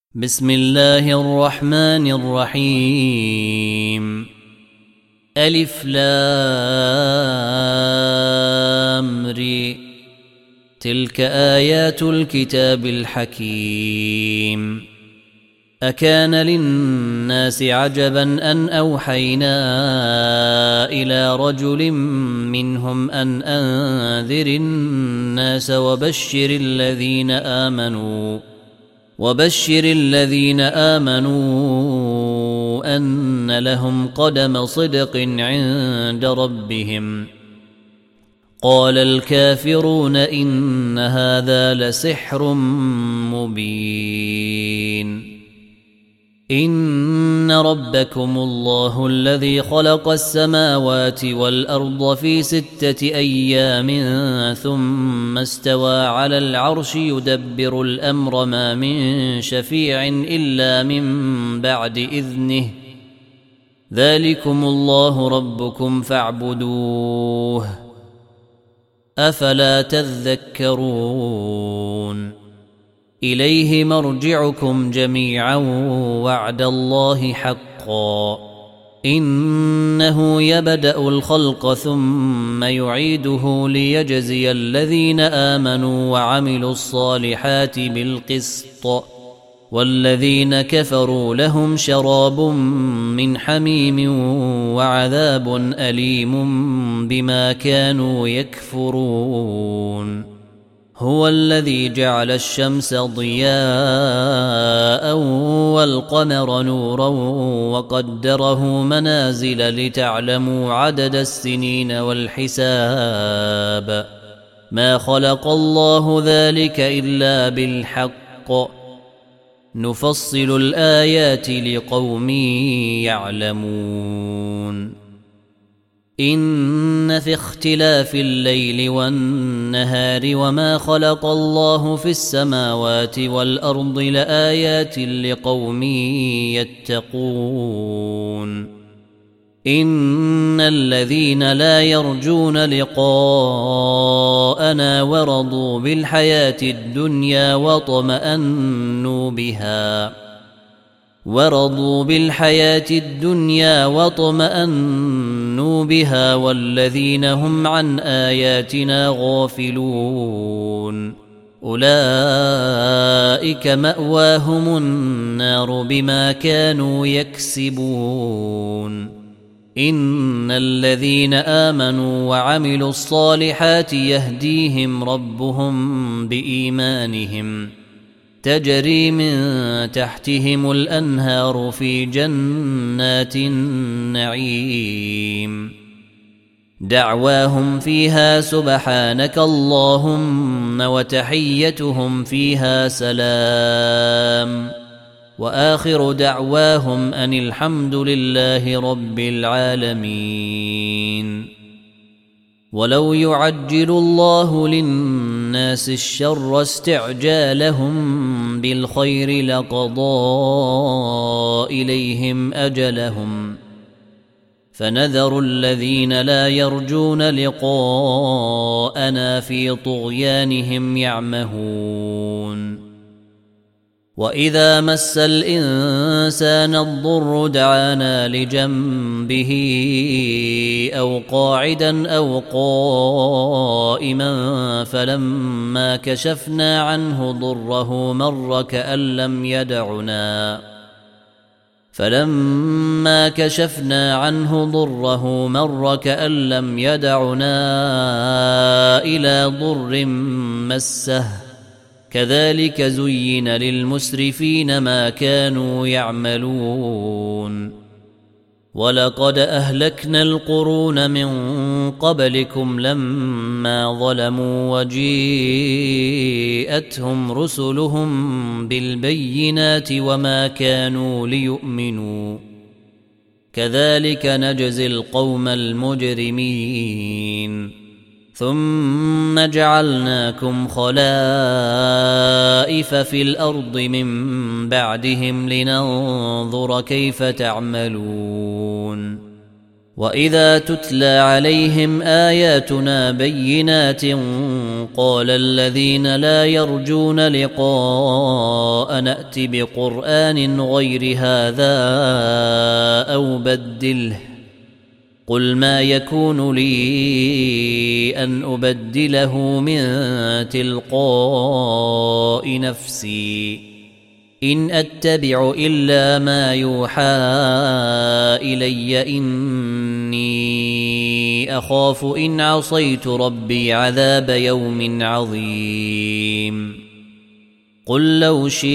بسم الله الرحمن الرحيم. ألف لام ر. تلك آيات الكتاب الحكيم. أكان للناس عجبا أن أوحينا إلى رجل منهم أن أنذر الناس وبشر الذين آمنوا أن لهم قدم صدق عند ربهم. قال الكافرون إن هذا لسحر مبين. إن ربكم الله الذي خلق السماوات والأرض في 6 أيام ثم استوى على العرش يدبر الأمر ما من شفيع إلا من بعد إذنه. ذلكم الله ربكم فاعبدوه أفلا تذكرون. إليه مرجعكم جميعا وعد الله حقا. إنه يبدأ الخلق ثم يعيده ليجزي الذين آمنوا وعملوا الصالحات بالقسط والذين كفروا لهم شراب من حميم وعذاب أليم بما كانوا يكفرون. هو الذي جعل الشمس ضياء والقمر نورا وقدره منازل لتعلموا عدد السنين والحساب. ما خلق الله ذلك إلا بالحق. نفصل الآيات لقوم يعلمون. إن في اختلاف الليل والنهار وما خلق الله في السماوات والأرض لآيات لقوم يتقون. إن الذين لا يرجون لقاءنا ورضوا بالحياة الدنيا وطمأنوا بها والذين هم عن آياتنا غافلون أولئك مأواهم النار بما كانوا يكسبون. إن الذين آمنوا وعملوا الصالحات يهديهم ربهم بإيمانهم تجري من تحتهم الأنهار في جنات النعيم. دعواهم فيها سبحانك اللهم وتحيتهم فيها سلام وآخر دعواهم أن الحمد لله رب العالمين. ولو يعجل الله للناس الشر استعجالهم بالخير لقضى إليهم أجلهم فنذر الذين لا يرجون لقاءنا في طغيانهم يعمهون. وإذا مس الإنسان الضر دعانا لجنبه أو قاعدا أو قائما فلما كشفنا عنه ضره مر كأن لم يدعنا إلى ضر مسه. كذلك زين للمسرفين ما كانوا يعملون. ولقد أهلكنا القرون من قبلكم لما ظلموا وجيءتهم رسلهم بالبينات وما كانوا ليؤمنوا. كذلك نجزي القوم المجرمين. ثم جعلناكم خلائف في الأرض من بعدهم لننظر كيف تعملون. وإذا تتلى عليهم آياتنا بينات قال الذين لا يرجون لقاء نأت بقرآن غير هذا أو بدله قل ما يكون لي أن أبدله من تلقاء نفسي إن أتبع إلا ما يوحى إلي إني أخاف إن عصيت ربي عذاب يوم عظيم قل لو شاء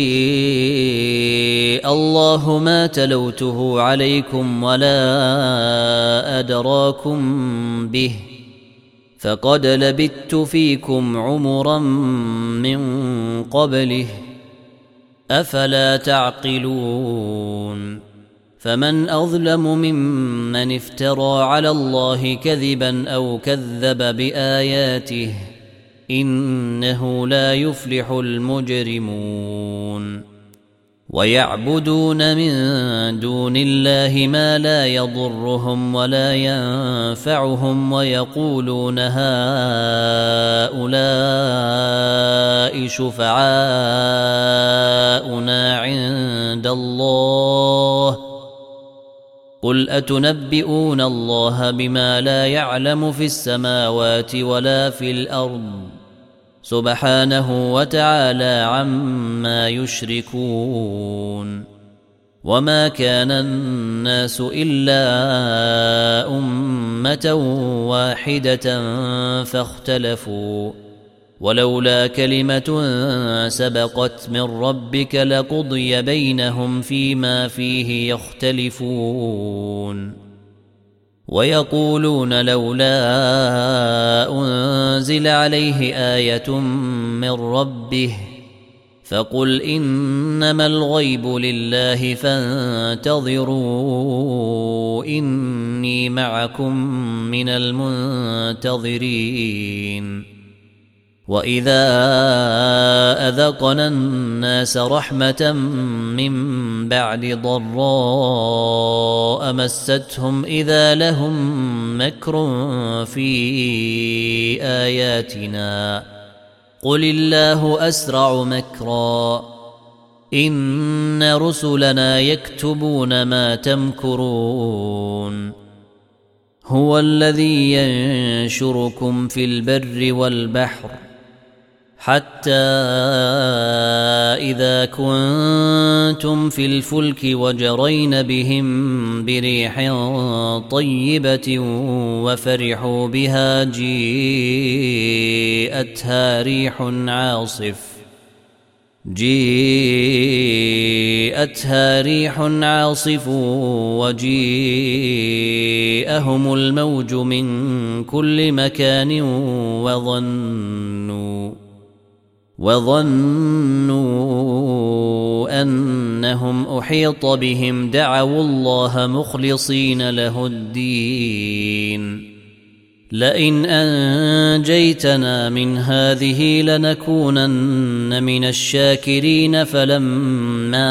الله ما تلوته عليكم ولا أدراكم به فقد لبثت فيكم عمرا من قبله أفلا تعقلون فمن أظلم ممن افترى على الله كذبا أو كذب بآياته إنه لا يفلح المجرمون ويعبدون من دون الله ما لا يضرهم ولا ينفعهم ويقولون هؤلاء شفعاؤنا عند الله قل أتنبئون الله بما لا يعلم في السماوات ولا في الأرض سبحانه وتعالى عما يشركون وما كان الناس إلا أمة واحدة فاختلفوا ولولا كلمة سبقت من ربك لقضي بينهم فيما فيه يختلفون ويقولون لولا أنزل عليه آية من ربه فقل إنما الغيب لله فانتظروا إني معكم من المنتظرين وإذا أذقنا الناس رحمة من بعد ضراء مستهم إذا لهم مكر في آياتنا قل الله أسرع مكرا إن رسلنا يكتبون ما تمكرون هو الذي ينشركم في البر والبحر حتى إذا كنتم في الفلك وجرين بهم بريح طيبة وفرحوا بها جيءتها ريح عاصف وجيءهم الموج من كل مكان وظنوا أنهم أحيط بهم دعوا الله مخلصين له الدين لئن أنجيتنا من هذه لنكونن من الشاكرين فلما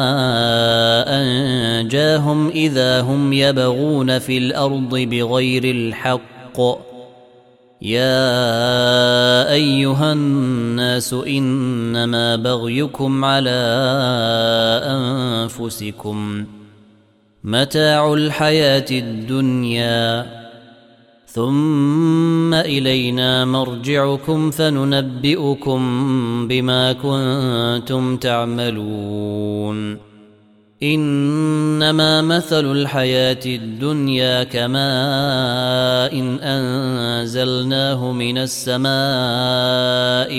أنجاهم إذا هم يبغون في الأرض بغير الحق يا أيها الناس إنما بغيكم على أنفسكم متاع الحياة الدنيا ثم إلينا مرجعكم فننبئكم بما كنتم تعملون إنما مثل الحياة الدنيا كماء إن أنزلناه من السماء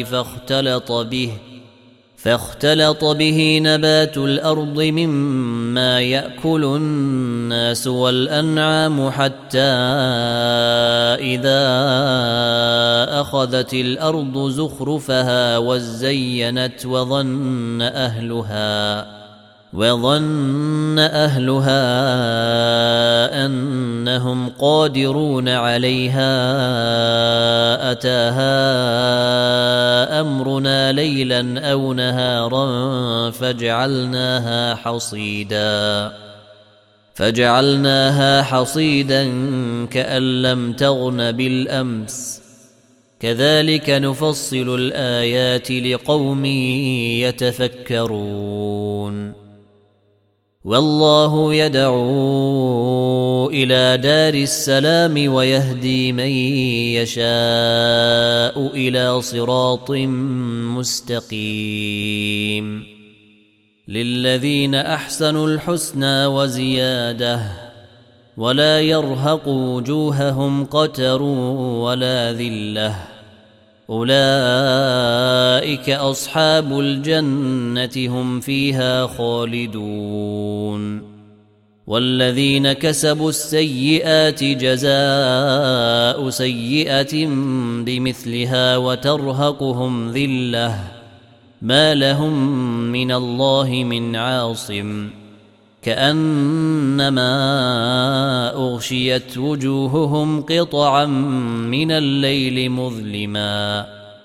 فاختلط به نبات الأرض مما يأكل الناس والأنعام حتى إذا أخذت الأرض زخرفها وزينت وظن أهلها أنهم قادرون عليها أتاها أمرنا ليلا أو نهارا فجعلناها حصيدا كأن لم تغن بالأمس كذلك نفصل الآيات لقوم يتفكرون والله يدعو إلى دار السلام ويهدي من يشاء إلى صراط مستقيم للذين أحسنوا الحسنى وزيادة ولا يرهق وجوههم قتر ولا ذلة أولئك أصحاب الجنة هم فيها خالدون والذين كسبوا السيئات جزاء سيئة بمثلها وترهقهم ذلة ما لهم من الله من عاصم كأنما أغشيت وجوههم قطعا من الليل مظلما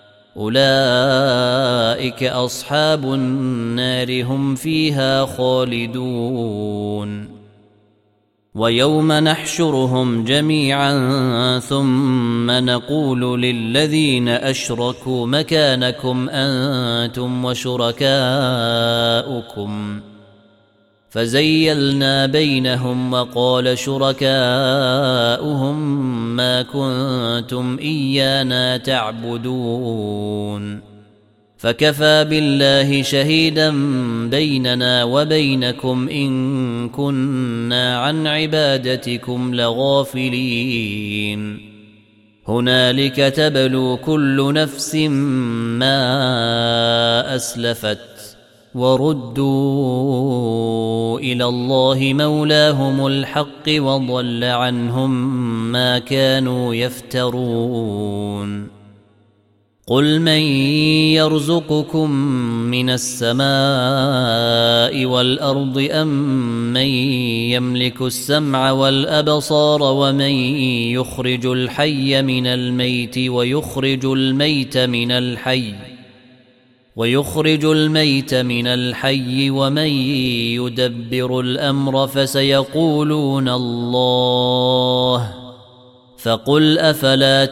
أولئك أصحاب النار هم فيها خالدون ويوم نحشرهم جميعا ثم نقول للذين أشركوا مكانكم أنتم وشركاؤكم فزيلنا بينهم وقال شركاؤهم ما كنتم إيانا تعبدون فكفى بالله شهيدا بيننا وبينكم إن كنا عن عبادتكم لغافلين هنالك تبلو كل نفس ما أسلفت وردوا إلى الله مولاهم الحق وضل عنهم ما كانوا يفترون قل من يرزقكم من السماء والأرض أم من يملك السمع والأبصار ومن يخرج الحي من الميت ويخرج الميت من الحي ومن يدبر الأمر فسيقولون الله فقل أفلا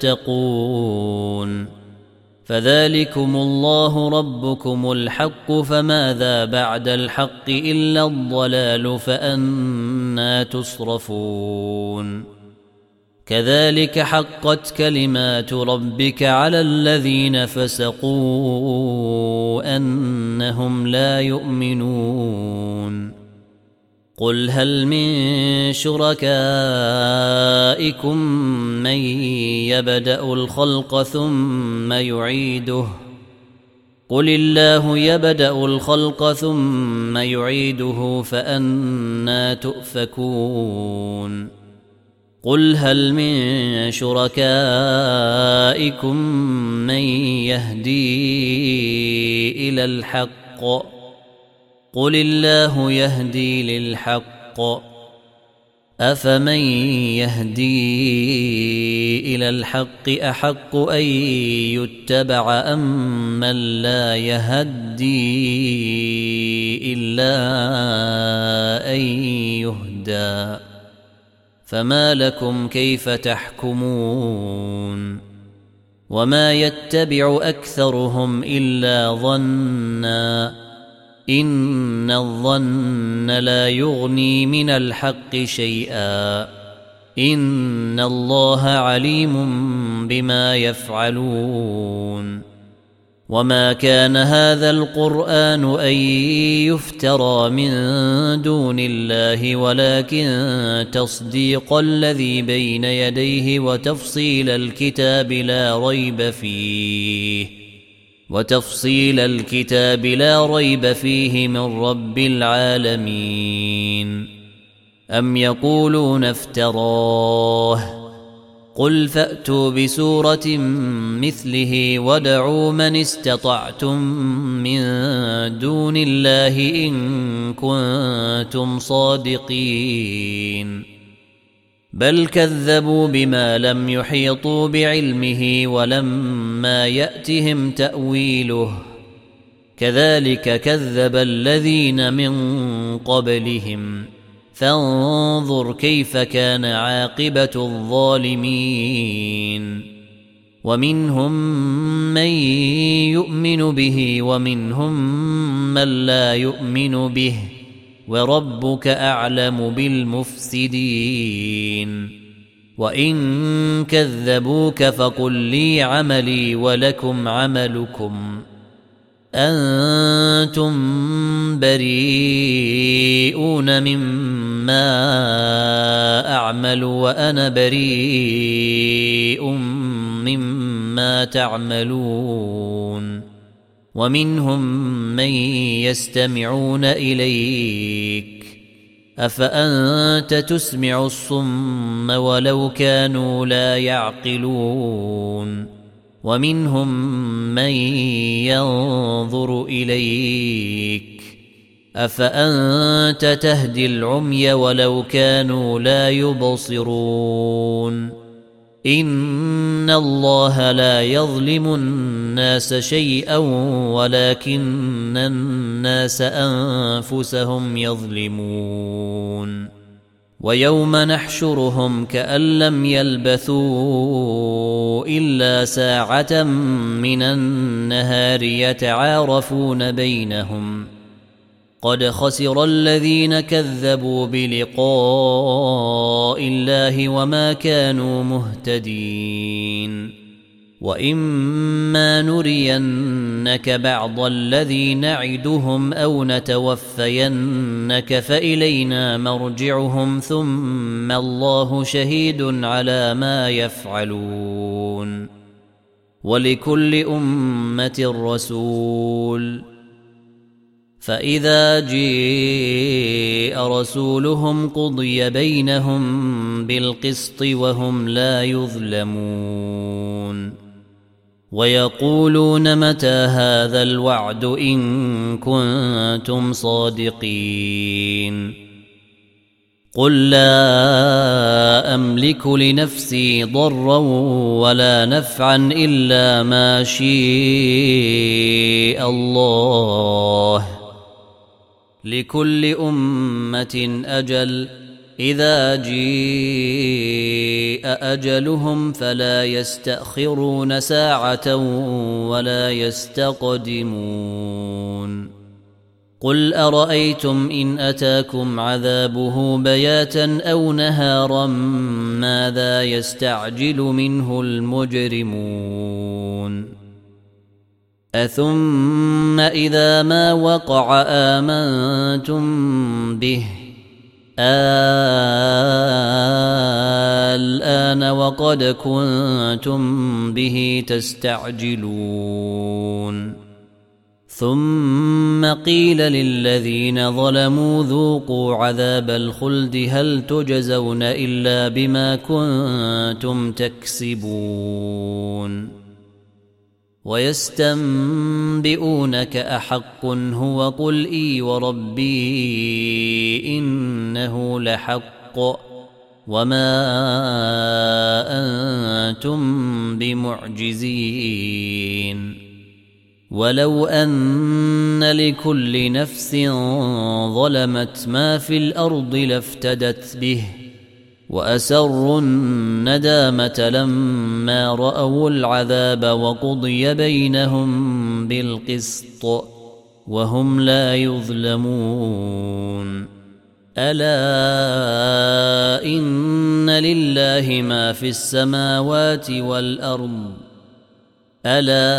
تتقون فذلكم الله ربكم الحق فماذا بعد الحق إلا الضلال فأنى تصرفون كذلك حقت كلمات ربك على الذين فسقوا أنهم لا يؤمنون قل هل من شركائكم من يبدأ الخلق ثم يعيده قل الله يبدأ الخلق ثم يعيده فأنى تؤفكون قل هل من شركائكم من يهدي إلى الحق قل الله يهدي للحق أفمن يهدي إلى الحق أحق أن يتبع أم من لا يهدي إلا أن يهدى فما لكم كيف تحكمون وما يتبع أكثرهم إلا ظنّا إن الظن لا يغني من الحق شيئا إن الله عليم بما يفعلون وما كان هذا القرآن أن يفترى من دون الله ولكن تصديق الذي بين يديه وتفصيل الكتاب لا ريب فيه من رب العالمين أم يقولون افتراه قل فأتوا بسورة مثله وادعوا من استطعتم من دون الله إن كنتم صادقين بل كذبوا بما لم يحيطوا بعلمه ولما يأتهم تأويله كذلك كذب الذين من قبلهم فانظر كيف كان عاقبة الظالمين ومنهم من يؤمن به ومنهم من لا يؤمن به وربك أعلم بالمفسدين وإن كذبوك فقل لي عملي ولكم عملكم أنتم بريئون مما أعمل وأنا بريء مما تعملون ومنهم من يستمعون إليك أفأنت تسمع الصم ولو كانوا لا يعقلون ومنهم من ينظر إليك أفأنت تهدي العمي ولو كانوا لا يبصرون إن الله لا يظلم الناس شيئا ولكن الناس أنفسهم يظلمون ويوم نحشرهم كأن لم يلبثوا إلا ساعة من النهار يتعارفون بينهم قد خسر الذين كذبوا بلقاء الله وما كانوا مهتدين وإما نرينك بعض الذي نعدهم أو نتوفينك فإلينا مرجعهم ثم الله شهيد على ما يفعلون ولكل أمة رسول فإذا جاء رسولهم قضي بينهم بالقسط وهم لا يظلمون ويقولون متى هذا الوعد إن كنتم صادقين قل لا أملك لنفسي ضرا ولا نفعا إلا ما شاء الله لكل أمة أجل إذا جاء أجلهم فلا يستأخرون ساعة ولا يستقدمون قل أرأيتم إن أتاكم عذابه بياتا أو نهارا ماذا يستعجل منه المجرمون أثم إذا ما وقع آمنتم به الآن وقد كنتم به تستعجلون ثم قيل للذين ظلموا ذوقوا عذاب الخلد هل تجزون إلا بما كنتم تكسبون ويستنبئونك أحق هو قل إي وربي إنه لحق وما أنتم بمعجزين ولو أن لكل نفس ظلمت ما في الأرض لافتدت به وأسروا الندامة لما رأوا العذاب وقضي بينهم بالقسط وهم لا يظلمون ألا إن لله ما في السماوات والأرض ألا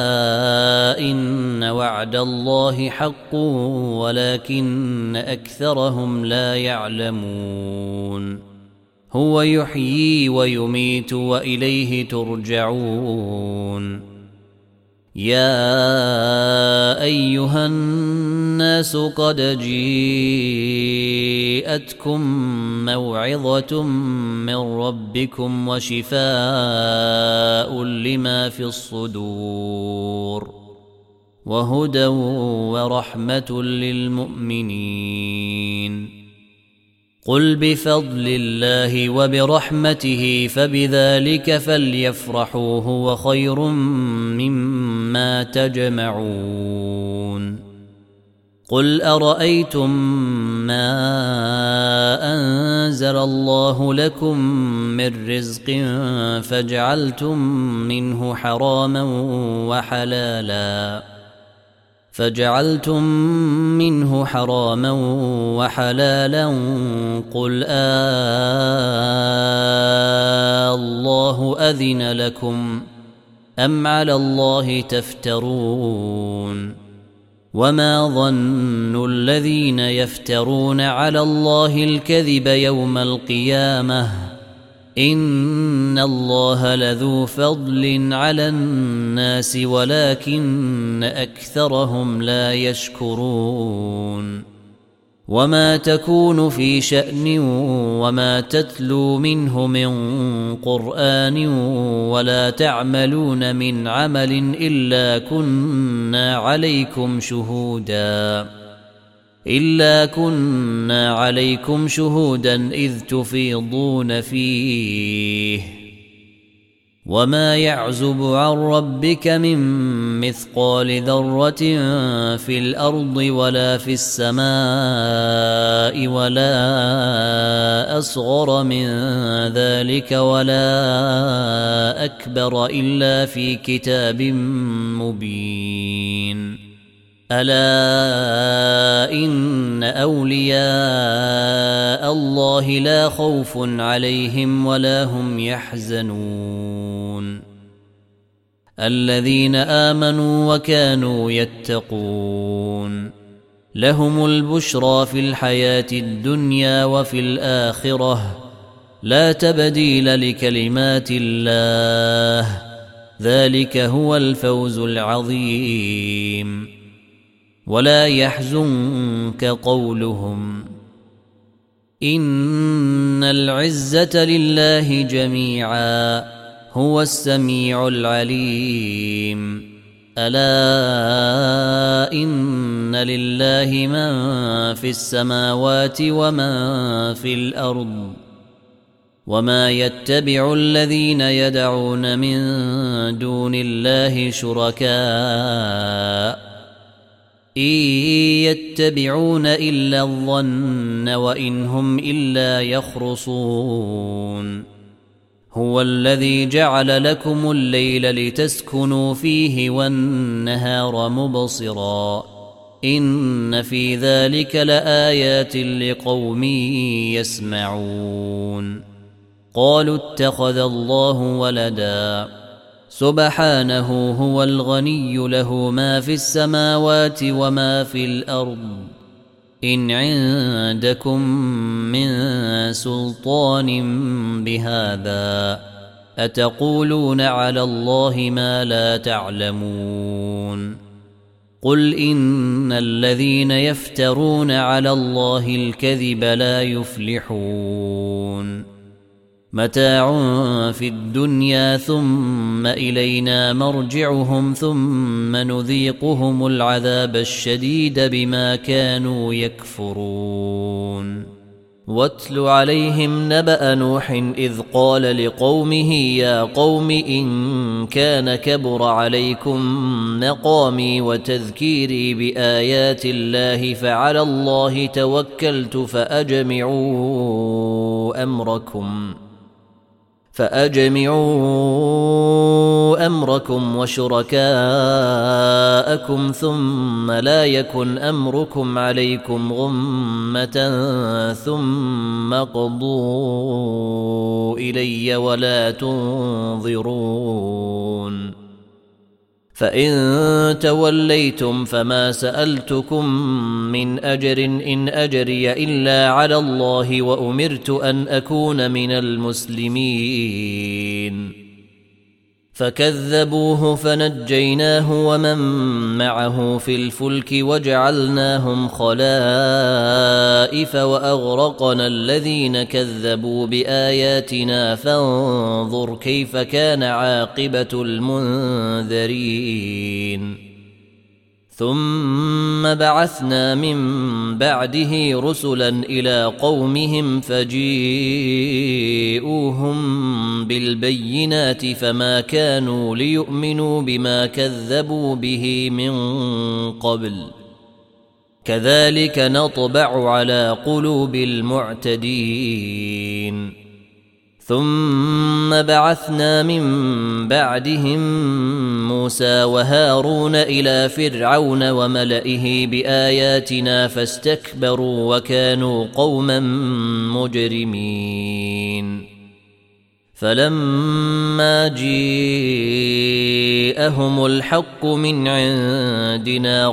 إن وعد الله حق ولكن أكثرهم لا يعلمون هو يحيي ويميت وإليه ترجعون يا أيها الناس قد جاءتكم موعظة من ربكم وشفاء لما في الصدور وهدى ورحمة للمؤمنين قل بفضل الله وبرحمته فبذلك فليفرحوا هو خير مما تجمعون قل أرأيتم ما أنزل الله لكم من رزق فجعلتم منه حراما وحلالا قل الله أذن لكم أم على الله تفترون وما ظن الذين يفترون على الله الكذب يوم القيامة إن الله لذو فضل على الناس ولكن أكثرهم لا يشكرون وما تكون في شأن وما تتلو منه من قرآن ولا تعملون من عمل إلا كنا عليكم شهودا إذ تفيضون فيه وما يعزب عن ربك من مثقال ذرة في الأرض ولا في السماء ولا أصغر من ذلك ولا أكبر إلا في كتاب مبين ألا إن أولياء الله لا خوف عليهم ولا هم يحزنون الذين آمنوا وكانوا يتقون لهم البشرى في الحياة الدنيا وفي الآخرة لا تبديل لكلمات الله ذلك هو الفوز العظيم ولا يحزنك قولهم إن العزة لله جميعا هو السميع العليم ألا إن لله من في السماوات ومن في الأرض وما يتبع الذين يدعون من دون الله شركاء إن يتبعون إلا الظن وإن هم إلا يخرصون هو الذي جعل لكم الليل لتسكنوا فيه والنهار مبصرا إن في ذلك لآيات لقوم يسمعون قالوا اتخذ الله ولدا سبحانه هو الغني له ما في السماوات وما في الأرض إن عندكم من سلطان بهذا أتقولون على الله ما لا تعلمون قل إن الذين يفترون على الله الكذب لا يفلحون متاع في الدنيا ثم إلينا مرجعهم ثم نذيقهم العذاب الشديد بما كانوا يكفرون واتل عليهم نبأ نوح إذ قال لقومه يا قوم إن كان كبر عليكم مقامي وتذكيري بآيات الله فعلى الله توكلت فأجمعوا أمركم وشركاءكم ثم لا يكن أمركم عليكم غمة ثم قضوا إلي ولا تنظرون فإن توليتم فما سألتكم من أجر إن أجري إلا على الله وأمرت أن أكون من المسلمين فكذبوه فنجيناه ومن معه في الفلك وجعلناهم خلائف وأغرقنا الذين كذبوا بآياتنا فانظر كيف كان عاقبة المنذرين ثم بعثنا من بعده رسلا إلى قومهم فجيءوهم بالبينات فما كانوا ليؤمنوا بما كذبوا به من قبل كذلك نطبع على قلوب المعتدين ثم بعثنا من بعدهم موسى وهارون إلى فرعون وملئه بآياتنا فاستكبروا وكانوا قوما مجرمين فلما جاءهم الحق من عندنا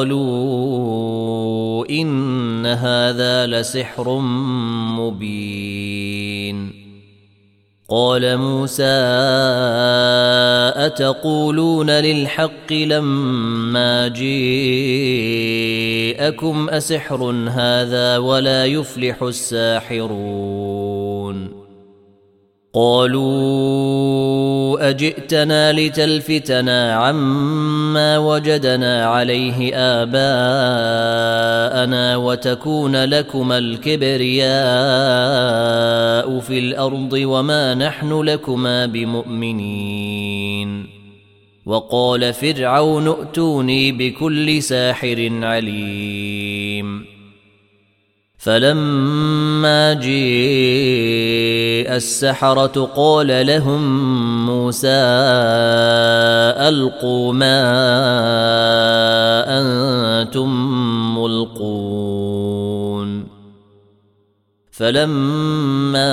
قالوا إن هذا لسحر مبين قال موسى أتقولون للحق لما جاءكم أسحر هذا ولا يفلح الساحرون قالوا أجئتنا لتلفتنا عما وجدنا عليه آباءنا وتكون لكما الكبرياء في الأرض وما نحن لكما بمؤمنين وقال فرعون ائتوني بكل ساحر عليم فلما جاء السحرة قال لهم موسى ألقوا ما أنتم ملقون فلما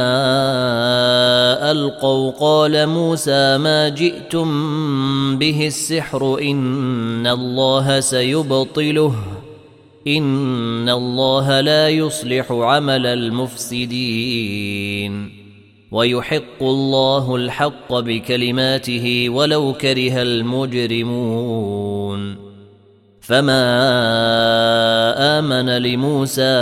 ألقوا قال موسى ما جئتم به السحر إن الله سيبطله إن الله لا يصلح عمل المفسدين ويحق الله الحق بكلماته ولو كره المجرمون فما آمن لموسى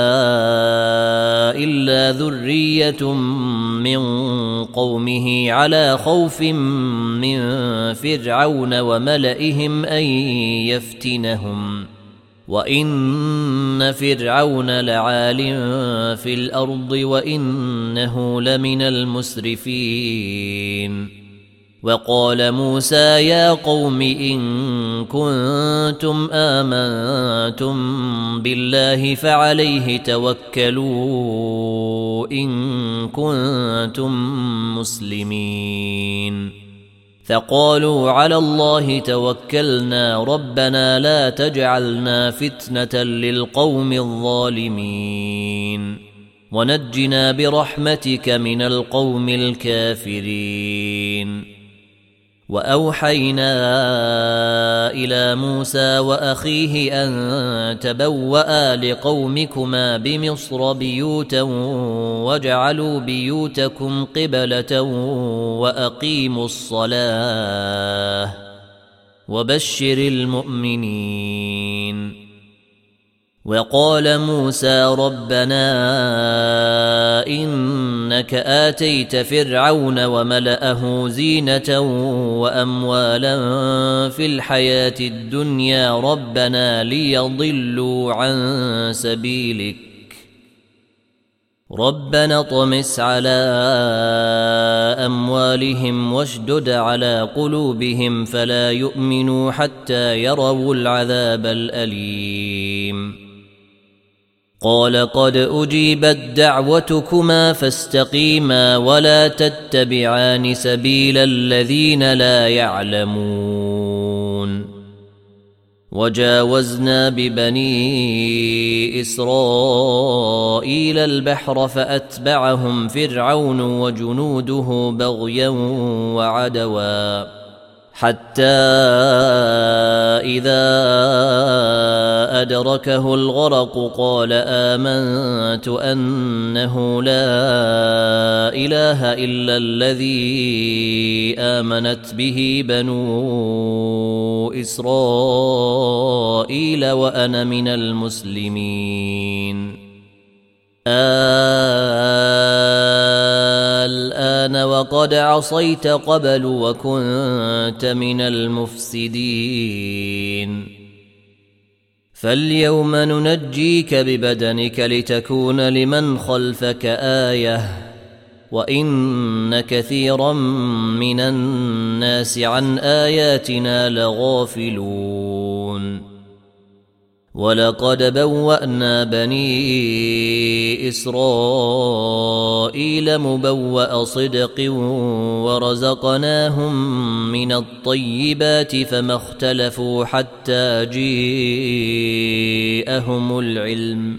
إلا ذرية من قومه على خوف من فرعون وملئهم أن يفتنهم وإن فرعون لعال في الأرض وإنه لمن المسرفين وقال موسى يا قوم إن كنتم آمنتم بالله فعليه توكلوا إن كنتم مسلمين فقالوا على الله توكلنا ربنا لا تجعلنا فتنة للقوم الظالمين ونجنا برحمتك من القوم الكافرين وأوحينا إلى موسى وأخيه أن تبوأ لقومكما بمصر بيوتا واجعلوا بيوتكم قبلة وأقيموا الصلاة وبشر المؤمنين وقال موسى ربنا إنك آتيت فرعون وملأه زينة وأموالا في الحياة الدنيا ربنا ليضلوا عن سبيلك ربنا طمس على أموالهم واشدد على قلوبهم فلا يؤمنوا حتى يروا العذاب الأليم قال قد أجيبت دعوتكما فاستقيما ولا تتبعان سبيل الذين لا يعلمون وجاوزنا ببني إسرائيل البحر فأتبعهم فرعون وجنوده بغيا وعدوا حتى إذا أدركه الغرق قال آمنت أنه لا إله إلا الذي آمنت به بنو إسرائيل وأنا من المسلمين الآن وقد عصيت قبل وكنت من المفسدين فاليوم ننجيك ببدنك لتكون لمن خلفك آية وإن كثيرا من الناس عن آياتنا لغافلون ولقد بوأنا بني إسرائيل مبوأ صدق ورزقناهم من الطيبات فما اختلفوا حتى جاءهم العلم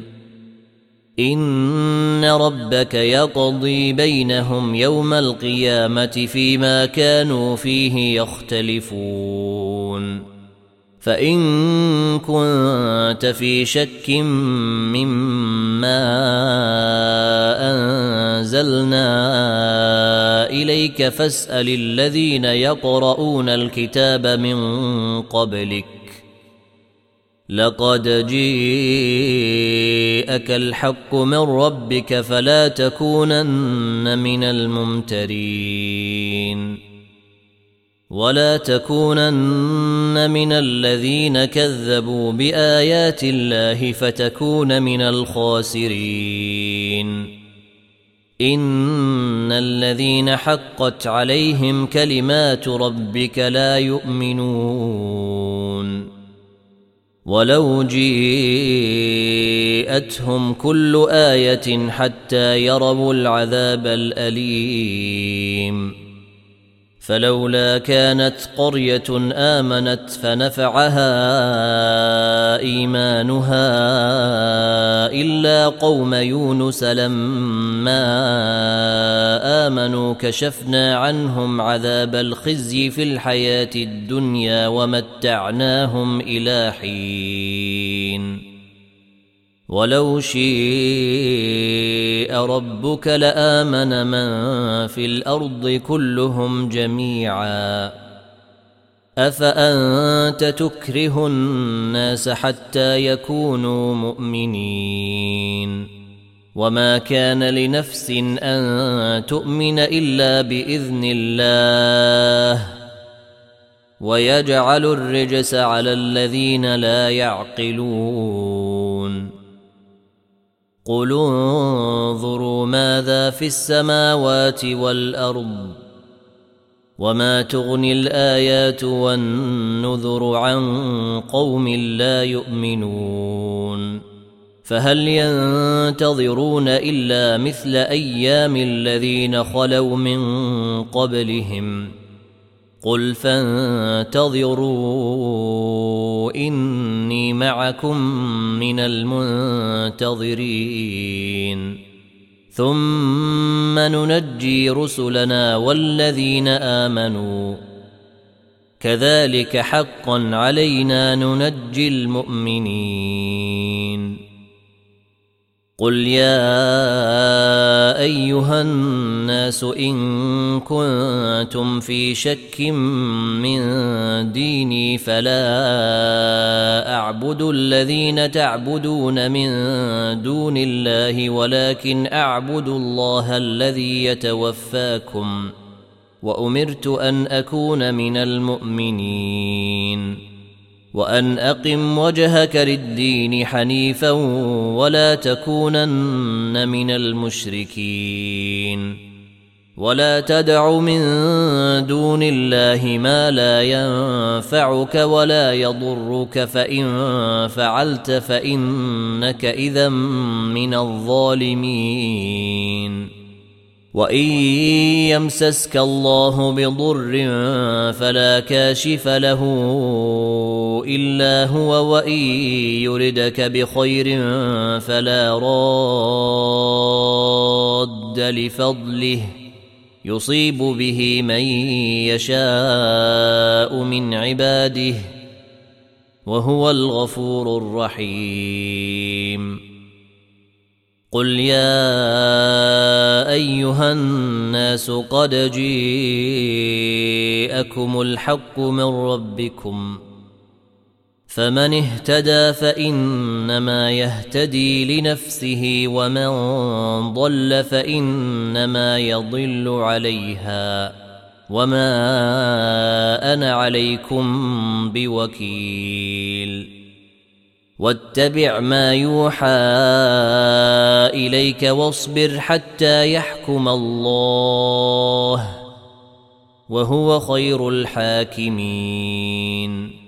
إن ربك يقضي بينهم يوم القيامة فيما كانوا فيه يختلفون فإن كنت في شك مما أنزلنا إليك فاسأل الذين يقرؤون الكتاب من قبلك لقد جاءك الحق من ربك فلا تكونن من الممترين ولا تكونن من الذين كذبوا بآيات الله فتكون من الخاسرين إن الذين حقت عليهم كلمات ربك لا يؤمنون ولو جاءتهم كل آية حتى يروا العذاب الأليم فلولا كانت قرية آمنت فنفعها إيمانها إلا قوم يونس لما آمنوا كشفنا عنهم عذاب الخزي في الحياة الدنيا ومتعناهم إلى حين ولو شاء ربك لآمن من في الأرض كلهم جميعا أفأنت تكره الناس حتى يكونوا مؤمنين وما كان لنفس أن تؤمن إلا بإذن الله ويجعل الرجس على الذين لا يعقلون قل انظروا ماذا في السماوات والأرض وما تغني الآيات والنذر عن قوم لا يؤمنون فهل ينتظرون إلا مثل أيام الذين خلوا من قبلهم قل فانتظروا إني معكم من المنتظرين ثم ننجي رسلنا والذين آمنوا كذلك حقا علينا ننجي المؤمنين قل يا أيها الناس إن كنتم في شك من ديني فلا أعبد الذين تعبدون من دون الله ولكن أعبد الله الذي يتوفاكم وأمرت أن أكون من المؤمنين وأن أقم وجهك للدين حنيفا ولا تكونن من المشركين ولا تدع من دون الله ما لا ينفعك ولا يضرك فإن فعلت فإنك إذا من الظالمين وإن يمسسك الله بضر فلا كاشف له إلا هو وإن يردك بخير فلا راد لفضله يصيب به من يشاء من عباده وهو الغفور الرحيم قل يا أيها الناس قد جاءكم الحق من ربكم فمن اهتدى فإنما يهتدي لنفسه ومن ضل فإنما يضل عليها وما أنا عليكم بوكيل واتبع ما يوحى إليك واصبر حتى يحكم الله وهو خير الحاكمين